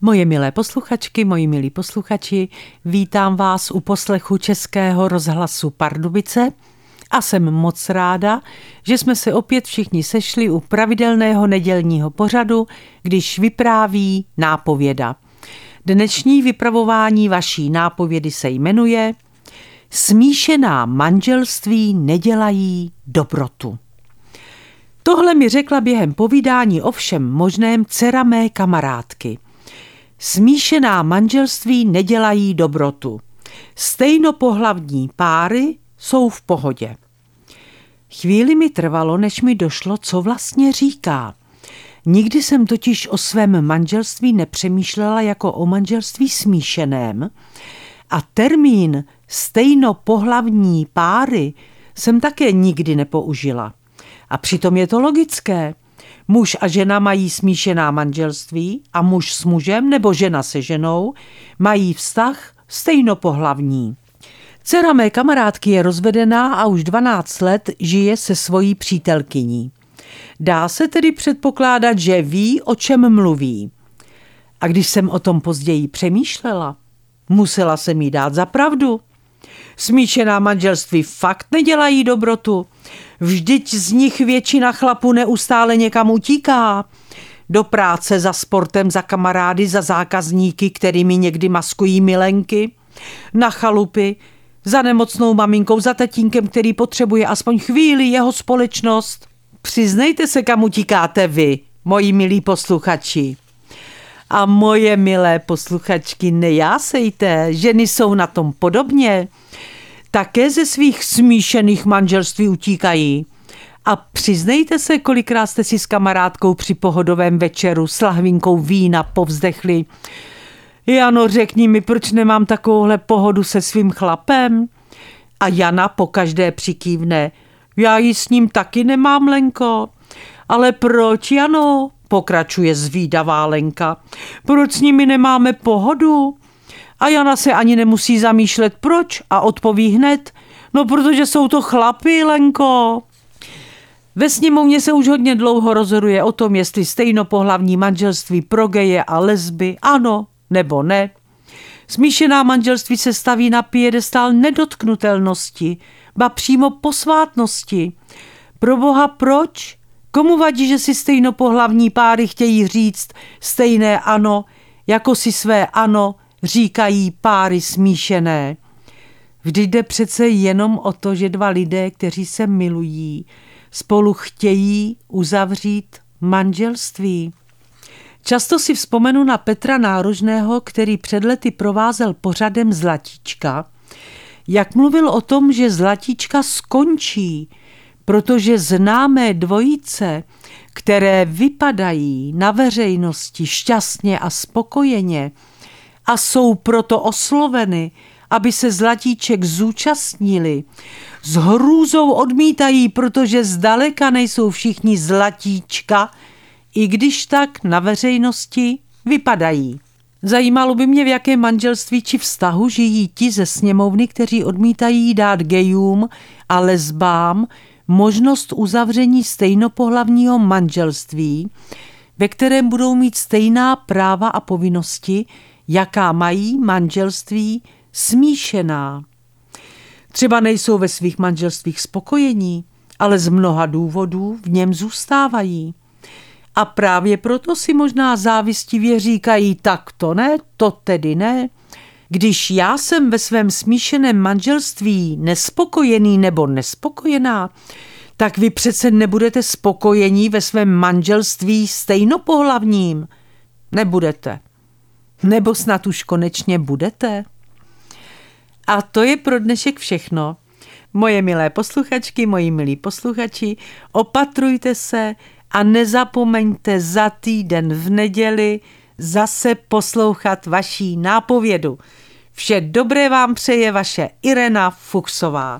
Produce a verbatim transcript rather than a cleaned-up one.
Moje milé posluchačky, moji milí posluchači, vítám vás u poslechu Českého rozhlasu Pardubice a jsem moc ráda, že jsme se opět všichni sešli u pravidelného nedělního pořadu, když vypráví nápověda. Dnešní vypravování vaší nápovědy se jmenuje Smíšená manželství nedělají dobrotu. Tohle mi řekla během povídání o všem možném dcera mé kamarádky. Smíšená manželství nedělají dobrotu. Stejnopohlavní páry jsou v pohodě. Chvíli mi trvalo, než mi došlo, co vlastně říká. Nikdy jsem totiž o svém manželství nepřemýšlela jako o manželství smíšeném a termín stejnopohlavní páry jsem také nikdy nepoužila. A přitom je to logické. Muž a žena mají smíšená manželství a muž s mužem nebo žena se ženou mají vztah stejnopohlavní. Dcera mé kamarádky je rozvedená a už dvanáct let žije se svojí přítelkyní. Dá se tedy předpokládat, že ví, o čem mluví. A když jsem o tom později přemýšlela, musela jsem jí dát za pravdu. Smíšená manželství fakt nedělají dobrotu. Vždyť z nich většina chlapů neustále někam utíká. Do práce, za sportem, za kamarády, za zákazníky, kterými někdy maskují milenky. Na chalupy, za nemocnou maminkou, za tatínkem, který potřebuje aspoň chvíli jeho společnost. Přiznejte se, kam utíkáte vy, moji milí posluchači. A moje milé posluchačky, nejásejte, ženy jsou na tom podobně. Také ze svých smíšených manželství utíkají. A přiznejte se, kolikrát jste si s kamarádkou při pohodovém večeru s lahvinkou vína povzdechli. Jano, řekni mi, proč nemám takovouhle pohodu se svým chlapem? A Jana pokaždé přikývne. Já ji s ním taky nemám, Lenko. Ale proč, Jano? Pokračuje zvídavá Lenka. Proč s nimi nemáme pohodu? A Jana se ani nemusí zamýšlet proč a odpoví hned. No protože jsou to chlapi, Lenko. Ve sněmovně se už hodně dlouho rozhoduje o tom, jestli stejnopohlavní manželství pro geje a lesby ano nebo ne. Smíšená manželství se staví na piedestál nedotknutelnosti, ba přímo posvátnosti. Proboha, proč? Komu vadí, že si stejnopohlavní páry chtějí říct stejné ano, jako si své ano říkají páry smíšené? Vždyť jde přece jenom o to, že dva lidé, kteří se milují, spolu chtějí uzavřít manželství. Často si vzpomenu na Petra Nárožného, který před lety provázel pořadem Zlatíčka, jak mluvil o tom, že Zlatíčka skončí, protože známé dvojice, které vypadají na veřejnosti šťastně a spokojeně a jsou proto osloveny, aby se Zlatíček zúčastnili, s hrůzou odmítají, protože zdaleka nejsou všichni Zlatíčka, i když tak na veřejnosti vypadají. Zajímalo by mě, v jakém manželství či vztahu žijí ti ze sněmovny, kteří odmítají dát gejům a lesbám možnost uzavření stejnopohlavního manželství, ve kterém budou mít stejná práva a povinnosti, jaká mají manželství smíšená. Třeba nejsou ve svých manželstvích spokojení, ale z mnoha důvodů v něm zůstávají. A právě proto si možná závistivě říkají, tak to ne, to tedy ne. Když já jsem ve svém smíšeném manželství nespokojený nebo nespokojená, tak vy přece nebudete spokojení ve svém manželství stejnopohlavním. Nebudete. Nebo snad už konečně budete. A to je pro dnešek všechno. Moje milé posluchačky, moji milí posluchači, opatrujte se a nezapomeňte za týden v neděli zase poslouchat vaší nápovědu. Vše dobré vám přeje vaše Irena Fuchsová.